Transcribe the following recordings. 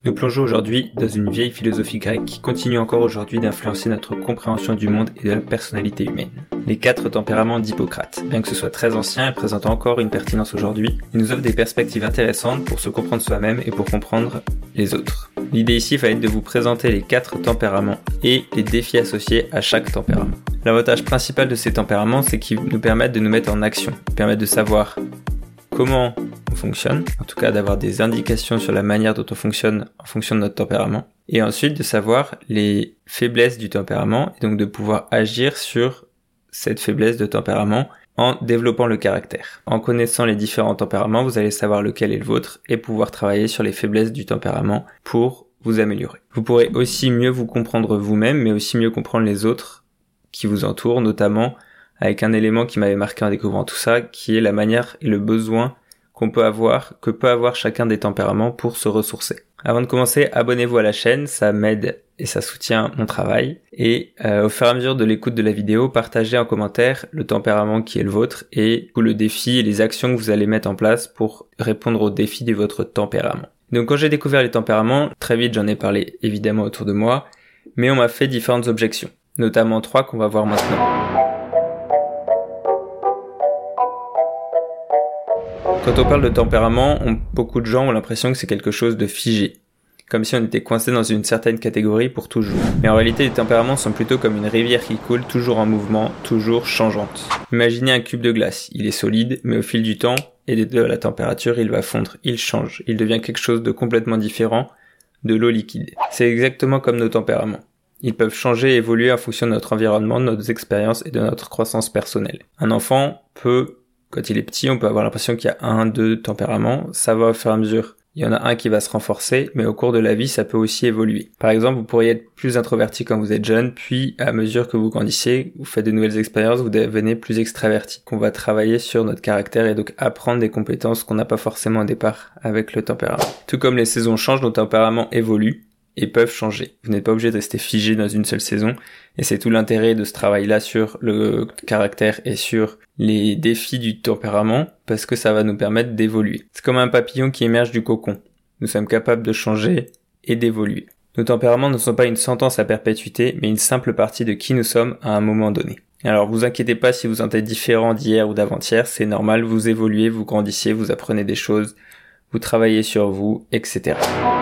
Nous plongeons aujourd'hui dans une vieille philosophie grecque qui continue encore aujourd'hui d'influencer notre compréhension du monde et de la personnalité humaine. Les 4 tempéraments d'Hippocrate. Bien que ce soit très ancien et présentant encore une pertinence aujourd'hui, il nous offre des perspectives intéressantes pour se comprendre soi-même et pour comprendre les autres. L'idée ici va être de vous présenter les 4 tempéraments et les défis associés à chaque tempérament. L'avantage principal de ces tempéraments, c'est qu'ils nous permettent de nous mettre en action, permettent de savoir comment on fonctionne, en tout cas d'avoir des indications sur la manière dont on fonctionne en fonction de notre tempérament, et ensuite de savoir les faiblesses du tempérament, et donc de pouvoir agir sur cette faiblesse de tempérament en développant le caractère. En connaissant les différents tempéraments, vous allez savoir lequel est le vôtre et pouvoir travailler sur les faiblesses du tempérament pour vous améliorer. Vous pourrez aussi mieux vous comprendre vous-même, mais aussi mieux comprendre les autres qui vous entourent, notamment avec un élément qui m'avait marqué en découvrant tout ça, qui est la manière et le besoin que peut avoir chacun des tempéraments pour se ressourcer. Avant de commencer, abonnez-vous à la chaîne, ça m'aide et ça soutient mon travail. Et au fur et à mesure de l'écoute de la vidéo, partagez en commentaire le tempérament qui est le vôtre et le défi et les actions que vous allez mettre en place pour répondre aux défis de votre tempérament. Donc quand j'ai découvert les tempéraments, très vite j'en ai parlé évidemment autour de moi, mais on m'a fait différentes objections, notamment 3 qu'on va voir maintenant. Quand on parle de tempérament, beaucoup de gens ont l'impression que c'est quelque chose de figé, comme si on était coincé dans une certaine catégorie pour toujours. Mais en réalité, les tempéraments sont plutôt comme une rivière qui coule, toujours en mouvement, toujours changeante. Imaginez un cube de glace, il est solide, mais au fil du temps et de la température, il va fondre, il change, il devient quelque chose de complètement différent de l'eau liquide. C'est exactement comme nos tempéraments. Ils peuvent changer et évoluer en fonction de notre environnement, de nos expériences et de notre croissance personnelle. Un enfant peut, quand il est petit, on peut avoir l'impression qu'il y a 1, 2 tempéraments, ça va au fur et à mesure. Il y en a un qui va se renforcer, mais au cours de la vie, ça peut aussi évoluer. Par exemple, vous pourriez être plus introverti quand vous êtes jeune, puis à mesure que vous grandissez, vous faites de nouvelles expériences, vous devenez plus extraverti. On va travailler sur notre caractère et donc apprendre des compétences qu'on n'a pas forcément au départ avec le tempérament. Tout comme les saisons changent, nos tempéraments évoluent et peuvent changer. Vous n'êtes pas obligé de rester figé dans une seule saison, et c'est tout l'intérêt de ce travail-là sur le caractère et sur les défis du tempérament, parce que ça va nous permettre d'évoluer. C'est comme un papillon qui émerge du cocon. Nous sommes capables de changer et d'évoluer. Nos tempéraments ne sont pas une sentence à perpétuité, mais une simple partie de qui nous sommes à un moment donné. Alors vous inquiétez pas si vous êtes différent d'hier ou d'avant-hier, c'est normal, vous évoluez, vous grandissez, vous apprenez des choses, vous travaillez sur vous, etc.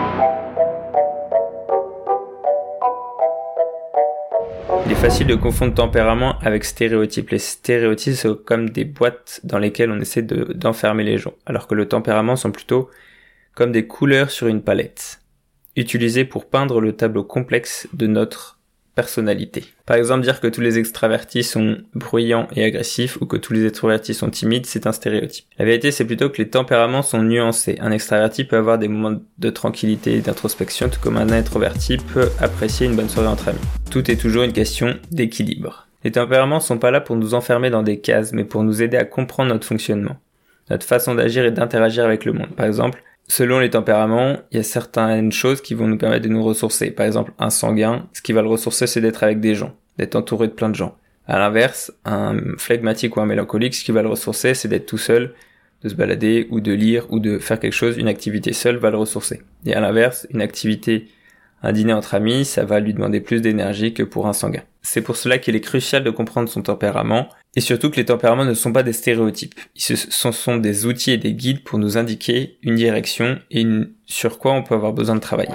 Il est facile de confondre tempérament avec stéréotypes. Les stéréotypes sont comme des boîtes dans lesquelles on essaie d'enfermer les gens, alors que le tempérament sont plutôt comme des couleurs sur une palette, utilisées pour peindre le tableau complexe de notre personnalité. Par exemple, dire que tous les extravertis sont bruyants et agressifs ou que tous les introvertis sont timides, c'est un stéréotype. La vérité, c'est plutôt que les tempéraments sont nuancés. Un extraverti peut avoir des moments de tranquillité et d'introspection, tout comme un introverti peut apprécier une bonne soirée entre amis. Tout est toujours une question d'équilibre. Les tempéraments sont pas là pour nous enfermer dans des cases, mais pour nous aider à comprendre notre fonctionnement, notre façon d'agir et d'interagir avec le monde. Par exemple, selon les tempéraments, il y a certaines choses qui vont nous permettre de nous ressourcer. Par exemple, un sanguin, ce qui va le ressourcer, c'est d'être avec des gens, d'être entouré de plein de gens. À l'inverse, un flegmatique ou un mélancolique, ce qui va le ressourcer, c'est d'être tout seul, de se balader ou de lire ou de faire quelque chose. Une activité seule va le ressourcer. Et à l'inverse, un dîner entre amis, ça va lui demander plus d'énergie que pour un sanguin. C'est pour cela qu'il est crucial de comprendre son tempérament, et surtout que les tempéraments ne sont pas des stéréotypes. Ce sont des outils et des guides pour nous indiquer une direction et sur quoi on peut avoir besoin de travailler.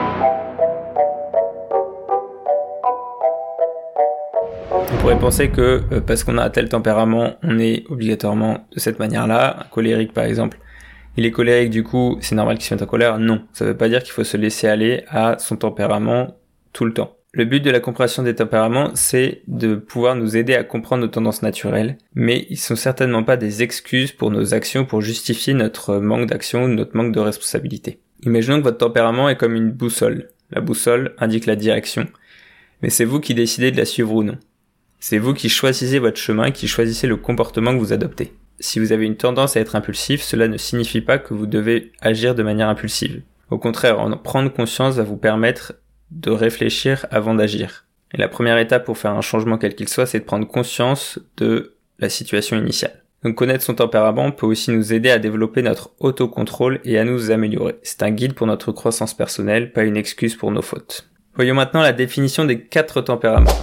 On pourrait penser que parce qu'on a un tel tempérament, on est obligatoirement de cette manière-là. Un colérique par exemple, il est colérique, du coup, c'est normal qu'il se mette en colère. Non, ça veut pas dire qu'il faut se laisser aller à son tempérament tout le temps. Le but de la compréhension des tempéraments, c'est de pouvoir nous aider à comprendre nos tendances naturelles, mais ils sont certainement pas des excuses pour nos actions, pour justifier notre manque d'action ou notre manque de responsabilité. Imaginons que votre tempérament est comme une boussole. La boussole indique la direction, mais c'est vous qui décidez de la suivre ou non. C'est vous qui choisissez votre chemin et qui choisissez le comportement que vous adoptez. Si vous avez une tendance à être impulsif, cela ne signifie pas que vous devez agir de manière impulsive. Au contraire, en prendre conscience va vous permettre de réfléchir avant d'agir. Et la première étape pour faire un changement quel qu'il soit, c'est de prendre conscience de la situation initiale. Donc connaître son tempérament peut aussi nous aider à développer notre autocontrôle et à nous améliorer. C'est un guide pour notre croissance personnelle, pas une excuse pour nos fautes. Voyons maintenant la définition des 4 tempéraments.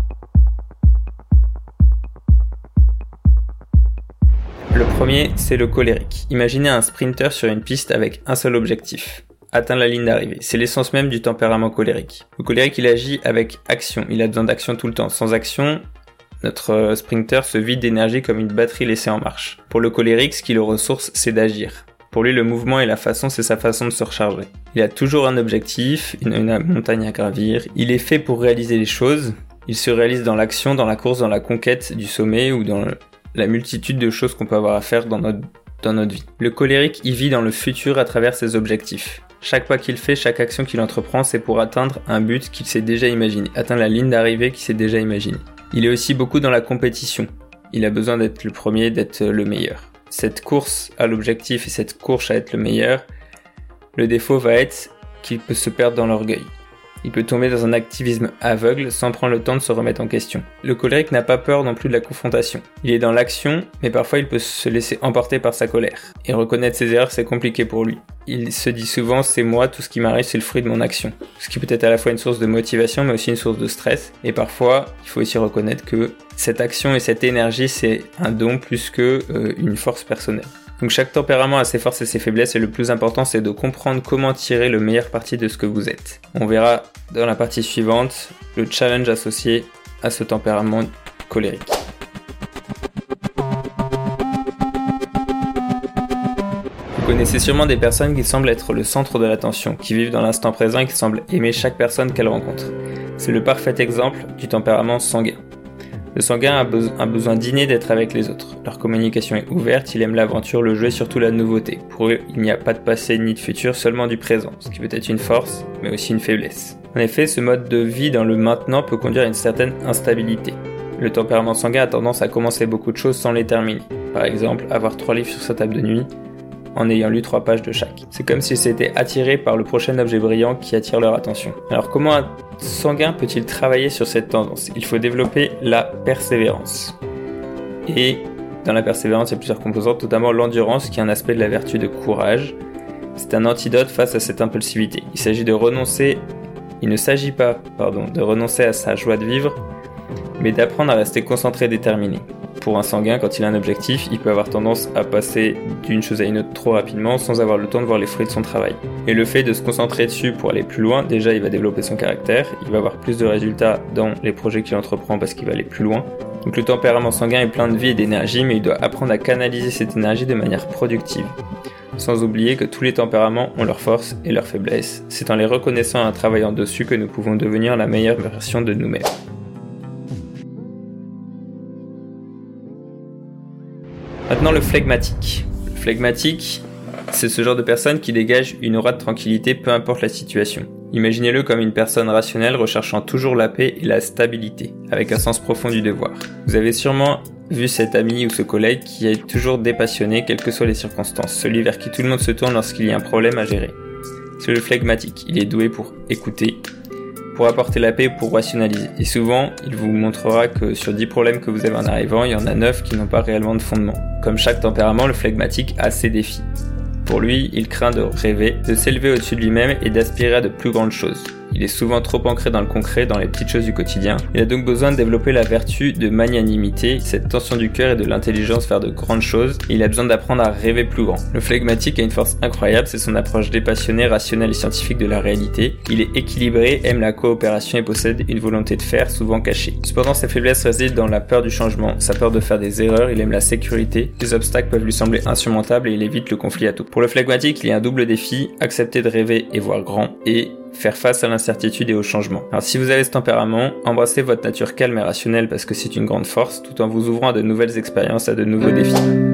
Le premier, c'est le colérique. Imaginez un sprinter sur une piste avec un seul objectif: atteindre la ligne d'arrivée. C'est l'essence même du tempérament colérique. Le colérique, il agit avec action. Il a besoin d'action tout le temps. Sans action, notre sprinter se vide d'énergie comme une batterie laissée en marche. Pour le colérique, ce qui le ressource, c'est d'agir. Pour lui, le mouvement et la façon, c'est sa façon de se recharger. Il a toujours un objectif, une montagne à gravir. Il est fait pour réaliser les choses. Il se réalise dans l'action, dans la course, dans la conquête du sommet ou dans la multitude de choses qu'on peut avoir à faire dans notre vie. Le colérique, il vit dans le futur à travers ses objectifs. Chaque pas qu'il fait, chaque action qu'il entreprend, c'est pour atteindre un but qu'il s'est déjà imaginé, atteindre la ligne d'arrivée qu'il s'est déjà imaginé. Il est aussi beaucoup dans la compétition. Il a besoin d'être le premier, d'être le meilleur. Cette course à l'objectif et cette course à être le meilleur, le défaut va être qu'il peut se perdre dans l'orgueil. Il peut tomber dans un activisme aveugle sans prendre le temps de se remettre en question. Le colérique n'a pas peur non plus de la confrontation. Il est dans l'action, mais parfois il peut se laisser emporter par sa colère. Et reconnaître ses erreurs, c'est compliqué pour lui. Il se dit souvent: c'est moi, tout ce qui m'arrive, c'est le fruit de mon action. Ce qui peut être à la fois une source de motivation, mais aussi une source de stress. Et parfois, il faut aussi reconnaître que cette action et cette énergie, c'est un don plus que une force personnelle. Donc chaque tempérament a ses forces et ses faiblesses, et le plus important, c'est de comprendre comment tirer le meilleur parti de ce que vous êtes. On verra dans la partie suivante le challenge associé à ce tempérament colérique. Vous connaissez sûrement des personnes qui semblent être le centre de l'attention, qui vivent dans l'instant présent et qui semblent aimer chaque personne qu'elles rencontrent. C'est le parfait exemple du tempérament sanguin. Le sanguin a besoin d'inné d'être avec les autres. Leur communication est ouverte, il aime l'aventure, le jeu et surtout la nouveauté. Pour eux, il n'y a pas de passé ni de futur, seulement du présent, ce qui peut être une force, mais aussi une faiblesse. En effet, ce mode de vie dans le maintenant peut conduire à une certaine instabilité. Le tempérament sanguin a tendance à commencer beaucoup de choses sans les terminer. Par exemple, avoir 3 livres sur sa table de nuit, en ayant lu 3 pages de chaque. C'est comme s'ils s'étaient attirés par le prochain objet brillant qui attire leur attention. Alors comment un sanguin peut-il travailler sur cette tendance ? Il faut développer la persévérance. Et dans la persévérance, il y a plusieurs composantes, notamment l'endurance, qui est un aspect de la vertu de courage. C'est un antidote face à cette impulsivité. Il ne s'agit pas de renoncer à sa joie de vivre, mais d'apprendre à rester concentré et déterminé. Pour un sanguin, quand il a un objectif, il peut avoir tendance à passer d'une chose à une autre trop rapidement sans avoir le temps de voir les fruits de son travail. Et le fait de se concentrer dessus pour aller plus loin, déjà il va développer son caractère, il va avoir plus de résultats dans les projets qu'il entreprend parce qu'il va aller plus loin. Donc le tempérament sanguin est plein de vie et d'énergie, mais il doit apprendre à canaliser cette énergie de manière productive. Sans oublier que tous les tempéraments ont leurs forces et leurs faiblesses. C'est en les reconnaissant et en travaillant dessus que nous pouvons devenir la meilleure version de nous-mêmes. Maintenant, le flegmatique. Le flegmatique, c'est ce genre de personne qui dégage une aura de tranquillité peu importe la situation. Imaginez-le comme une personne rationnelle recherchant toujours la paix et la stabilité, avec un sens profond du devoir. Vous avez sûrement vu cet ami ou ce collègue qui est toujours dépassionné quelles que soient les circonstances, celui vers qui tout le monde se tourne lorsqu'il y a un problème à gérer. C'est le flegmatique, il est doué pour écouter, pour apporter la paix, pour rationaliser. Et souvent, il vous montrera que sur 10 problèmes que vous avez en arrivant, il y en a 9 qui n'ont pas réellement de fondement. Comme chaque tempérament, le flegmatique a ses défis. Pour lui, il craint de rêver, de s'élever au-dessus de lui-même et d'aspirer à de plus grandes choses. Il est souvent trop ancré dans le concret, dans les petites choses du quotidien. Il a donc besoin de développer la vertu de magnanimité, cette tension du cœur et de l'intelligence vers de grandes choses, et il a besoin d'apprendre à rêver plus grand. Le flegmatique a une force incroyable, c'est son approche dépassionnée, rationnelle et scientifique de la réalité. Il est équilibré, aime la coopération et possède une volonté de faire, souvent cachée. Cependant, sa faiblesse réside dans la peur du changement, sa peur de faire des erreurs, il aime la sécurité, les obstacles peuvent lui sembler insurmontables et il évite le conflit à tout. Pour le flegmatique, il y a un double défi, accepter de rêver et voir grand, et faire face à l'incertitude et au changement. Alors si vous avez ce tempérament, embrassez votre nature calme et rationnelle parce que c'est une grande force, tout en vous ouvrant à de nouvelles expériences, à de nouveaux défis.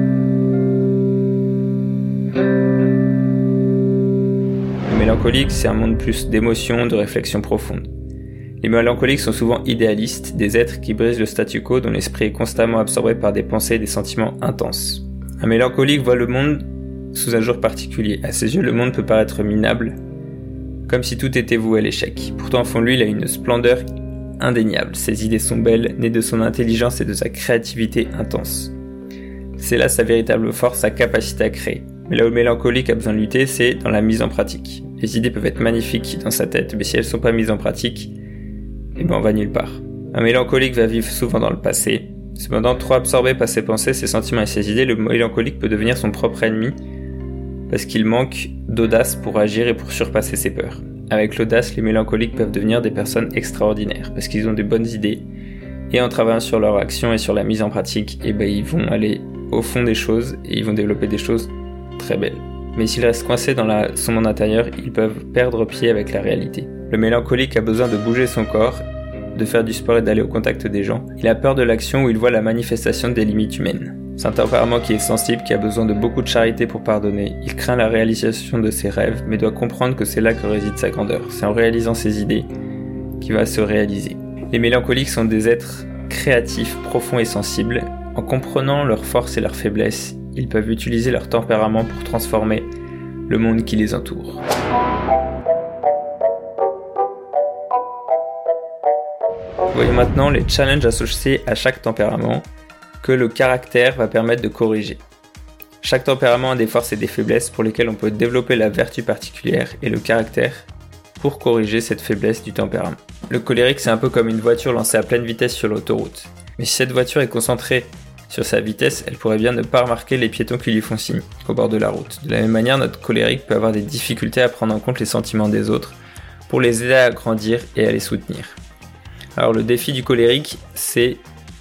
Le mélancolique, c'est un monde plus d'émotions, de réflexions profondes. Les mélancoliques sont souvent idéalistes, des êtres qui brisent le statu quo, dont l'esprit est constamment absorbé par des pensées et des sentiments intenses. Un mélancolique voit le monde sous un jour particulier. À ses yeux, le monde peut paraître minable, comme si tout était voué à l'échec. Pourtant, au fond de lui, il a une splendeur indéniable. Ses idées sont belles, nées de son intelligence et de sa créativité intense. C'est là sa véritable force, sa capacité à créer. Mais là où le mélancolique a besoin de lutter, c'est dans la mise en pratique. Les idées peuvent être magnifiques dans sa tête, mais si elles ne sont pas mises en pratique, on va nulle part. Un mélancolique va vivre souvent dans le passé. Cependant, trop absorbé par ses pensées, ses sentiments et ses idées, le mélancolique peut devenir son propre ennemi parce qu'il manque d'audace pour agir et pour surpasser ses peurs. Avec l'audace, les mélancoliques peuvent devenir des personnes extraordinaires parce qu'ils ont des bonnes idées et en travaillant sur leur action et sur la mise en pratique, ils vont aller au fond des choses et ils vont développer des choses très belles. Mais s'ils restent coincés dans son monde intérieur, ils peuvent perdre pied avec la réalité. Le mélancolique a besoin de bouger son corps, de faire du sport et d'aller au contact des gens. Il a peur de l'action où il voit la manifestation des limites humaines. C'est un tempérament qui est sensible, qui a besoin de beaucoup de charité pour pardonner. Il craint la réalisation de ses rêves, mais doit comprendre que c'est là que réside sa grandeur. C'est en réalisant ses idées qu'il va se réaliser. Les mélancoliques sont des êtres créatifs, profonds et sensibles. En comprenant leurs forces et leurs faiblesses, ils peuvent utiliser leur tempérament pour transformer le monde qui les entoure. Voyons maintenant les challenges associés à chaque tempérament que le caractère va permettre de corriger. Chaque tempérament a des forces et des faiblesses pour lesquelles on peut développer la vertu particulière et le caractère pour corriger cette faiblesse du tempérament. Le colérique, c'est un peu comme une voiture lancée à pleine vitesse sur l'autoroute. Mais si cette voiture est concentrée sur sa vitesse, elle pourrait bien ne pas remarquer les piétons qui lui font signe au bord de la route. De la même manière, notre colérique peut avoir des difficultés à prendre en compte les sentiments des autres pour les aider à grandir et à les soutenir. Alors le défi du colérique, c'est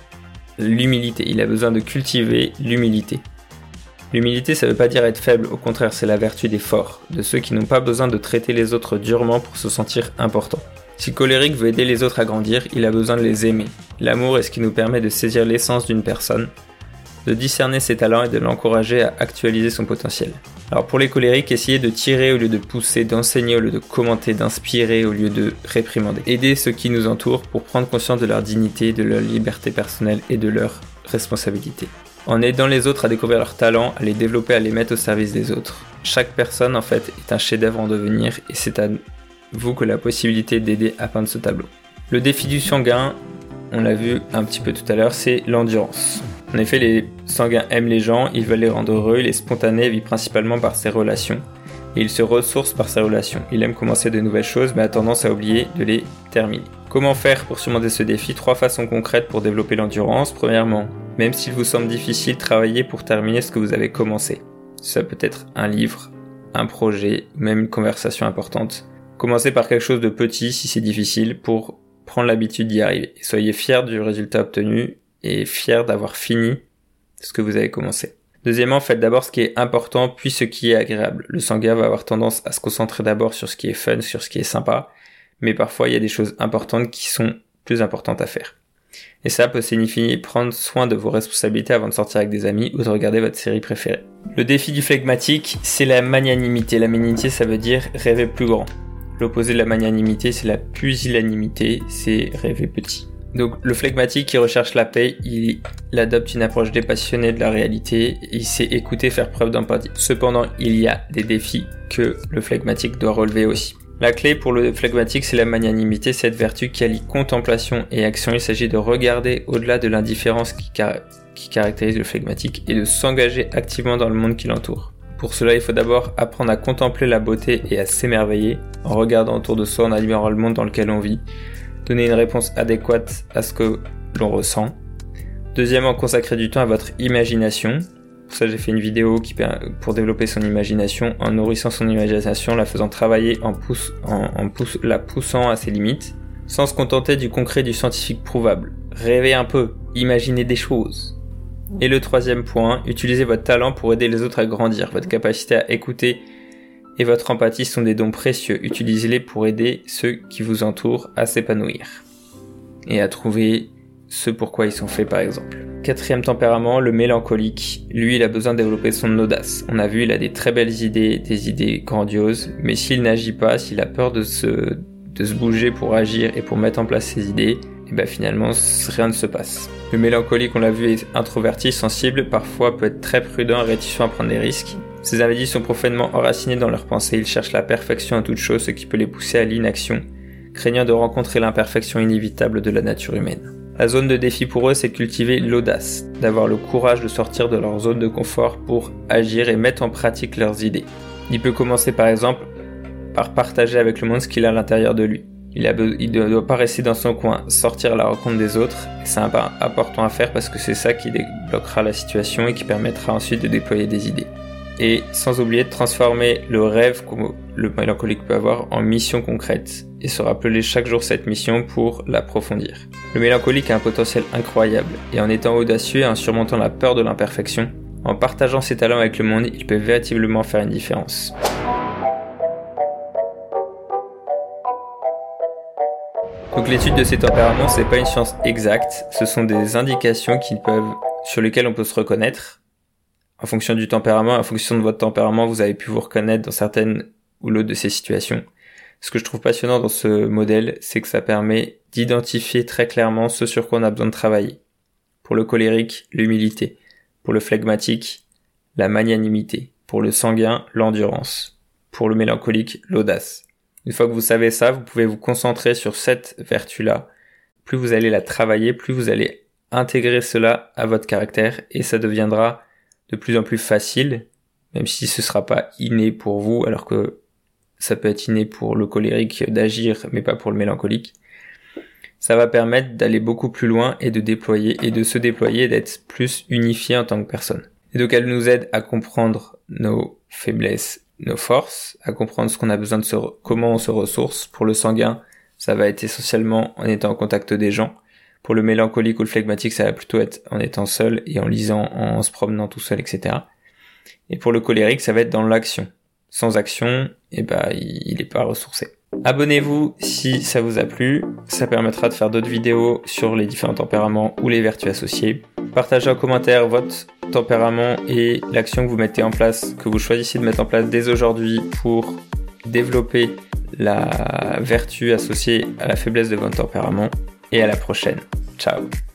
l'humilité. Il a besoin de cultiver l'humilité. L'humilité, ça ne veut pas dire être faible, au contraire, c'est la vertu des forts, de ceux qui n'ont pas besoin de traiter les autres durement pour se sentir important. Si le colérique veut aider les autres à grandir, il a besoin de les aimer. L'amour est ce qui nous permet de saisir l'essence d'une personne, de discerner ses talents et de l'encourager à actualiser son potentiel. Alors pour les colériques, essayez de tirer au lieu de pousser, d'enseigner au lieu de commenter, d'inspirer au lieu de réprimander. Aider ceux qui nous entourent pour prendre conscience de leur dignité, de leur liberté personnelle et de leur responsabilité. En aidant les autres à découvrir leurs talents, à les développer, à les mettre au service des autres. Chaque personne en fait est un chef-d'œuvre en devenir et c'est à vous que la possibilité d'aider à peindre ce tableau. Le défi du sanguin, on l'a vu un petit peu tout à l'heure, c'est l'endurance. En effet, les sanguins aiment les gens, ils veulent les rendre heureux, il est spontané, vit principalement par ses relations. Et il se ressource par ses relations. Il aime commencer de nouvelles choses, mais a tendance à oublier de les terminer. Comment faire pour surmonter ce défi ? 3 façons concrètes pour développer l'endurance. Premièrement, même s'il vous semble difficile, travaillez pour terminer ce que vous avez commencé. Ça peut être un livre, un projet, même une conversation importante. Commencez par quelque chose de petit si c'est difficile pour prendre l'habitude d'y arriver. Et soyez fiers du résultat obtenu et fiers d'avoir fini ce que vous avez commencé. Deuxièmement, faites d'abord ce qui est important puis ce qui est agréable. Le sanguin va avoir tendance à se concentrer d'abord sur ce qui est fun, sur ce qui est sympa, mais parfois il y a des choses importantes qui sont plus importantes à faire. Et ça peut signifier prendre soin de vos responsabilités avant de sortir avec des amis ou de regarder votre série préférée. Le défi du flegmatique, c'est la magnanimité. La magnanimité, ça veut dire rêver plus grand. L'opposé de la magnanimité, c'est la pusillanimité, c'est rêver petit. Donc le flegmatique qui recherche la paix, il adopte une approche dépassionnée de la réalité, il sait écouter, faire preuve d'empathie. Cependant, il y a des défis que le flegmatique doit relever aussi. La clé pour le flegmatique, c'est la magnanimité, cette vertu qui allie contemplation et action. Il s'agit de regarder au-delà de l'indifférence qui caractérise le flegmatique et de s'engager activement dans le monde qui l'entoure. Pour cela, il faut d'abord apprendre à contempler la beauté et à s'émerveiller en regardant autour de soi, en admirant le monde dans lequel on vit. Donner une réponse adéquate à ce que l'on ressent. Deuxièmement, consacrer du temps à votre imagination. Pour ça, j'ai fait une vidéo pour développer son imagination, en nourrissant son imagination, la faisant travailler la poussant à ses limites, sans se contenter du concret, du scientifique prouvable. Rêvez un peu, imaginez des choses. Et le troisième point, utilisez votre talent pour aider les autres à grandir. Votre capacité à écouter et votre empathie sont des dons précieux. Utilisez-les pour aider ceux qui vous entourent à s'épanouir et à trouver ce pourquoi ils sont faits, par exemple. Quatrième tempérament, le mélancolique. Lui, il a besoin de développer son audace. On a vu, il a des très belles idées, des idées grandioses, mais s'il n'agit pas, s'il a peur de se bouger pour agir et pour mettre en place ses idées, et finalement, rien ne se passe. Le mélancolique, on l'a vu, est introverti, sensible, parfois peut être très prudent et réticent à prendre des risques. Ces individus sont profondément enracinés dans leurs pensées, ils cherchent la perfection à toute chose, ce qui peut les pousser à l'inaction, craignant de rencontrer l'imperfection inévitable de la nature humaine. La zone de défi pour eux, c'est cultiver l'audace, d'avoir le courage de sortir de leur zone de confort pour agir et mettre en pratique leurs idées. Il peut commencer par exemple par partager avec le monde ce qu'il a à l'intérieur de lui. Il ne doit pas rester dans son coin, sortir à la rencontre des autres, et c'est important à faire parce que c'est ça qui débloquera la situation et qui permettra ensuite de déployer des idées. Et sans oublier de transformer le rêve que le mélancolique peut avoir en mission concrète et se rappeler chaque jour cette mission pour l'approfondir. Le mélancolique a un potentiel incroyable et en étant audacieux et en surmontant la peur de l'imperfection, en partageant ses talents avec le monde, il peut véritablement faire une différence. Donc l'étude de ces tempéraments, c'est pas une science exacte, ce sont des indications sur lesquelles on peut se reconnaître. En fonction du tempérament, en fonction de votre tempérament, vous avez pu vous reconnaître dans certaines ou l'autre de ces situations. Ce que je trouve passionnant dans ce modèle, c'est que ça permet d'identifier très clairement ce sur quoi on a besoin de travailler. Pour le colérique, l'humilité. Pour le flegmatique, la magnanimité. Pour le sanguin, l'endurance. Pour le mélancolique, l'audace. Une fois que vous savez ça, vous pouvez vous concentrer sur cette vertu-là. Plus vous allez la travailler, plus vous allez intégrer cela à votre caractère et ça deviendra de plus en plus facile, même si ce sera pas inné pour vous, alors que ça peut être inné pour le colérique d'agir, mais pas pour le mélancolique. Ça va permettre d'aller beaucoup plus loin et de se déployer et d'être plus unifié en tant que personne. Et donc elle nous aide à comprendre nos faiblesses, nos forces, à comprendre ce qu'on a besoin comment on se ressource. Pour le sanguin, ça va être essentiellement en étant en contact des gens. Pour le mélancolique ou le flegmatique, ça va plutôt être en étant seul et en lisant, en se promenant tout seul, etc. Et pour le colérique, ça va être dans l'action. Sans action, il est pas ressourcé. Abonnez-vous si ça vous a plu. Ça permettra de faire d'autres vidéos sur les différents tempéraments ou les vertus associées. Partagez en commentaire votre tempérament et l'action que vous mettez en place, que vous choisissez de mettre en place dès aujourd'hui pour développer la vertu associée à la faiblesse de votre tempérament. Et à la prochaine. Ciao.